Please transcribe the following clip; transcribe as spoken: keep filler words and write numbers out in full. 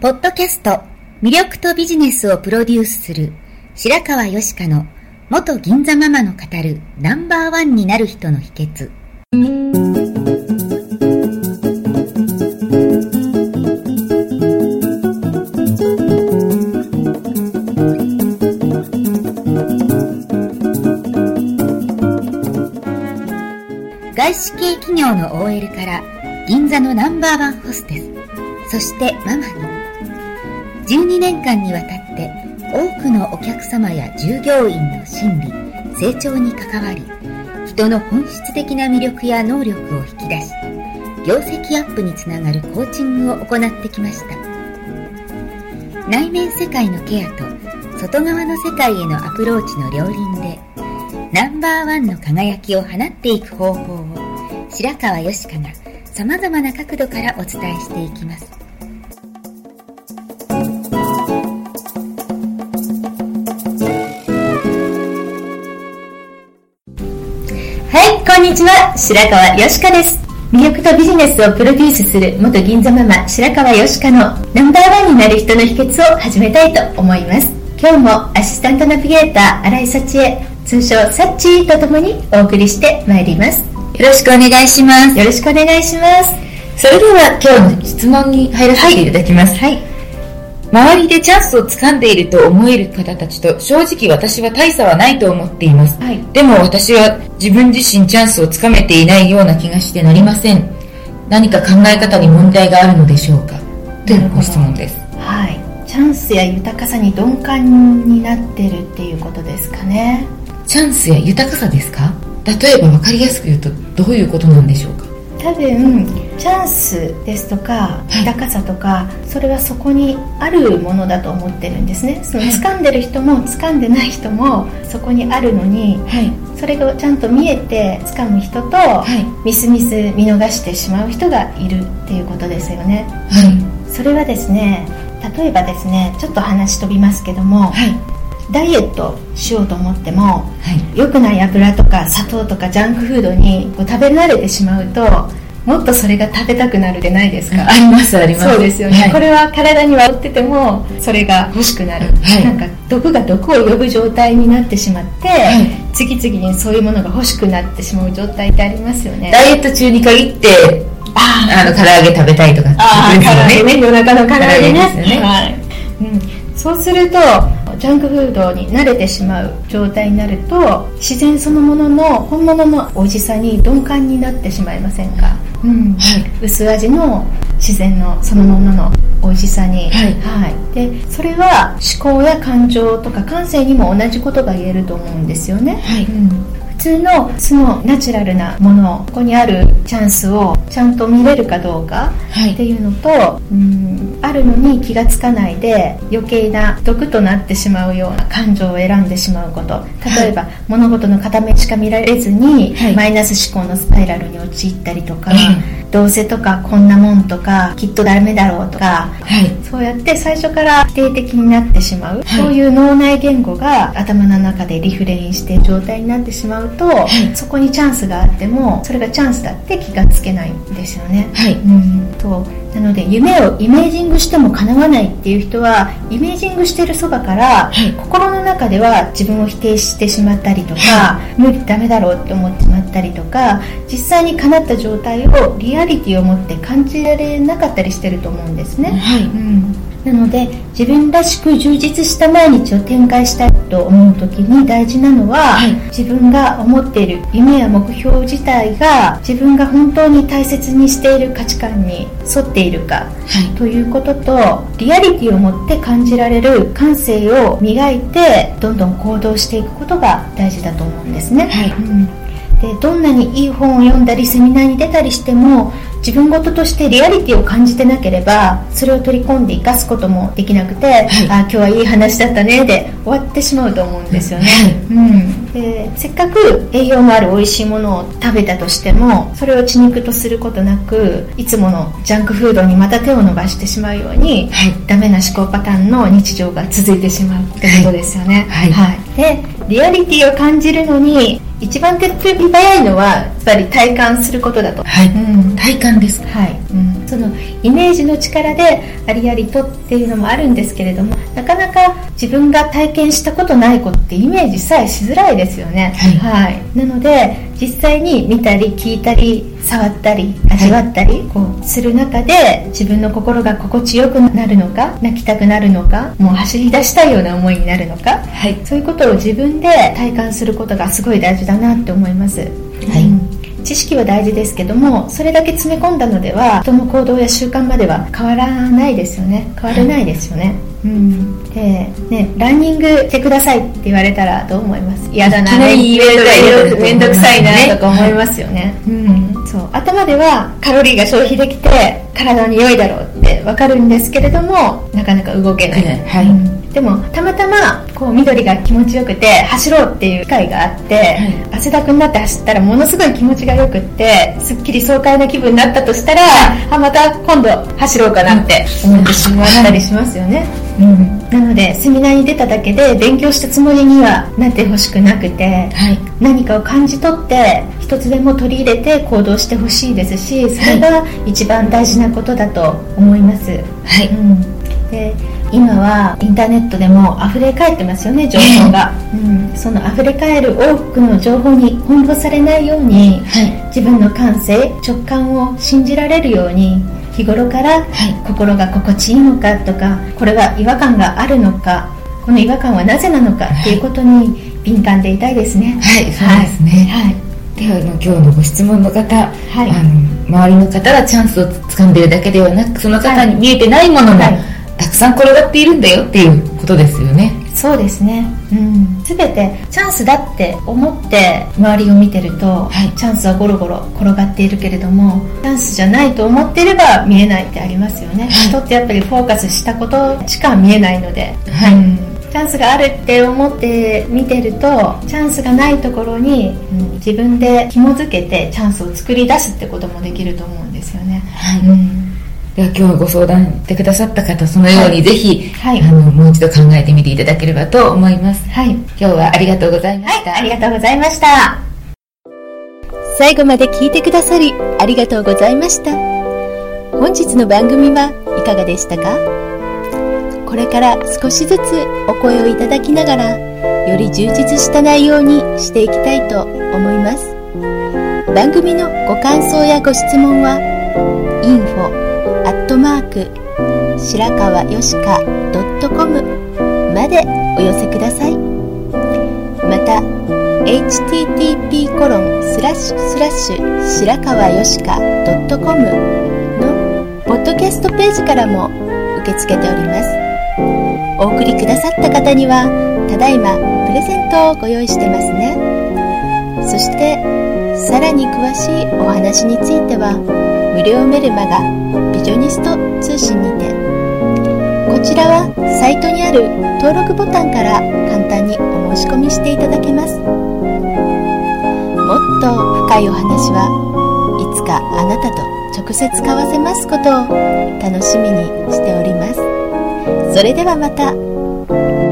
ポッドキャスト魅力とビジネスをプロデュースする白川よしかの元銀座ママの語るナンバーワンになる人の秘訣。外資系企業の オーエル から銀座のナンバーワンホステス、そしてママにじゅうにねんかんにわたって多くのお客様や従業員の心理、成長に関わり、人の本質的な魅力や能力を引き出し、業績アップにつながるコーチングを行ってきました。内面世界のケアと外側の世界へのアプローチの両輪でナンバーワンの輝きを放っていく方法を白川よしかがさまざまな角度からお伝えしていきます。はい、こんにちは、白川よしかです。魅力とビジネスをプロデュースする元銀座ママ白川よしかのナンバーワンになる人の秘訣を始めたいと思います。今日もアシスタントナビゲーター新井幸恵、通称サッチーとともにお送りしてまいります。よろしくお願いします。よろしくお願いします。それでは今日の質問に入らせていただきます。はい、はい、周りでチャンスを掴んでいると思える方たちと正直私は大差はないと思っています。はい、でも私は自分自身チャンスを掴めていないような気がしてなりません。何か考え方に問題があるのでしょうか、というご質問です。はい、チャンスや豊かさに鈍感になってるっていうことですかね。チャンスや豊かさですか？例えば分かりやすく言うとどういうことなんでしょうか？多分チャンスですとか豊かさとか、はい、それはそこにあるものだと思ってるんですね。その掴んでる人も掴んでない人もそこにあるのに、はい、それがちゃんと見えて掴む人と、はい、ミスミス見逃してしまう人がいるっていうことですよね。はい、それはですね、例えばですね、ちょっと話飛びますけども、はい、ダイエットしようと思っても、はい、良くない油とか砂糖とかジャンクフードにこう食べ慣れてしまうと、もっとそれが食べたくなるでないですか？ありますあります。そうですよね、はい、これは体には負っててもそれが欲しくなる、はい、なんか毒が毒を呼ぶ状態になってしまって、はい、次々にそういうものが欲しくなってしまう状態ってありますよね。ダイエット中に限ってああの唐揚げ食べたいとかって言うんですよね。唐揚げね、夜中の唐揚げね、ですよね、はい、うん、そうするとジャンクフードに慣れてしまう状態になると、自然そのものの本物の美味しさに鈍感になってしまいませんか？うん、はい、薄味の自然のそのものの美味しさに、はいはい、でそれは思考や感情とか感性にも同じことが言えると思うんですよね。はい、うん、普通の素のナチュラルなもの、ここにあるチャンスをちゃんと見れるかどうかっていうのと、はい、うんあるのに気がつかないで余計な毒となってしまうような感情を選んでしまうこと、例えば、はい、物事の片目しか見られずに、はい、マイナス思考のスパイラルに陥ったりとか、はい、どうせとかこんなもんとかきっとダメだろうとか、はい、そうやって最初から否定的になってしまう、はい、そういう脳内言語が頭の中でリフレインしている状態になってしまうと、はい、そこにチャンスがあってもそれがチャンスだって気がつけないんですよね。はい、うんとなので夢をイメージングしても叶わないっていう人はイメージングしてるそばから、はい、心の中では自分を否定してしまったりとか、はい、無理ダメだろうって思ってしまったりとか、実際に叶った状態をリアリティを持って感じられなかったりしてると思うんですね。はい、うん、なので自分らしく充実した毎日を展開したいと思う時に大事なのは、はい、自分が思っている夢や目標自体が自分が本当に大切にしている価値観に沿っているか、はい、ということとリアリティを持って感じられる感性を磨いてどんどん行動していくことが大事だと思うんですね。はい、うん、でどんなにいい本を読んだりセミナーに出たりしても自分事としてリアリティを感じてなければそれを取り込んで生かすこともできなくて、はい、あ今日はいい話だったねで終わってしまうと思うんですよね。はい、うん、でせっかく栄養のある美味しいものを食べたとしてもそれを血肉とすることなくいつものジャンクフードにまた手を伸ばしてしまうように、はい、ダメな思考パターンの日常が続いてしまうってことですよね。はいはいはい、でリアリティを感じるのに一番手っ取り早いのはやっぱり体感することだと。はい、うん、体感です。はい、うん、 そのイメージの力でありありとっていうのもあるんですけれども、なかなか自分が体験したことないことってイメージさえしづらいですよね。はい、はい、なので実際に見たり聞いたり触ったり味わったりこうする中で、自分の心が心地よくなるのか、泣きたくなるのか、もう走り出したいような思いになるのか、はい、そういうことを自分で体感することがすごい大事だなって思います。はい、うん、知識は大事ですけども、それだけ詰め込んだのでは人の行動や習慣までは変わらないですよね。変わらないですよね。はい、うん、でね、ランニングしてくださいって言われたらどう思います？嫌だな、めんどくさいなとか思いますよね。うん、そう、頭ではカロリーが消費できて体に良いだろうって分かるんですけれども、なかなか動けない。はい、うん、でもたまたまこう緑が気持ちよくて走ろうっていう機会があって、はい、汗だくになって走ったらものすごい気持ちがよくってすっきり爽快な気分になったとしたら、はい、あまた今度走ろうかなって思ってしまったりしますよね。うん、なのでセミナーに出ただけで勉強したつもりにはなってほしくなくて、はい、何かを感じ取って一つでも取り入れて行動してほしいですし、それが一番大事なことだと思います。はい、うん、で今はインターネットでも溢れ返ってますよね、情報が。うん、その溢れ返る多くの情報に翻弄されないように、はい、自分の感性直感を信じられるように日頃から、はい、心が心地いいのかとか、これは違和感があるのか、この違和感はなぜなのかっていうことに敏感でいたいですね。 はい、そうですね。はい、では今日のご質問の方、はい、あの周りの方がチャンスを掴んでいるだけではなく、その方に見えてないものも、はい、たくさん転がっているんだよっていうことですよね。 そうですね、うん、全てチャンスだって思って周りを見てると、はい、チャンスはゴロゴロ転がっているけれども、チャンスじゃないと思っていれば見えないってありますよね。はい、人ってやっぱりフォーカスしたことしか見えないので、はい、うん、チャンスがあるって思って見てると、チャンスがないところに、うん、自分で紐づけてチャンスを作り出すってこともできると思うんですよね。はい、うん、 では今日ご相談してくださった方、そのようにぜひ、はい、あのもう一度考えてみていただければと思います。はい、今日はありがとうございました。 はい、ありがとうございました。 最後まで聞いてくださりありがとうございました。本日の番組はいかがでしたか？これから少しずつお声をいただきながら、より充実した内容にしていきたいと思います。番組のご感想やご質問は インフォ アットマーク 白川よしか ドットコム までお寄せください。また エイチティーティーピーコロンスラッシュスラッシュ 白川よしか ドットコム のポッドキャストページからも受け付けております。お送りくださった方にはただいまプレゼントをご用意してますね。そしてさらに詳しいお話については無料メルマガビジョニスト通信にて、こちらはサイトにある登録ボタンから簡単にお申し込みしていただけます。もっと深いお話はいつかあなたと直接交わせますことを楽しみにしております。それではまた。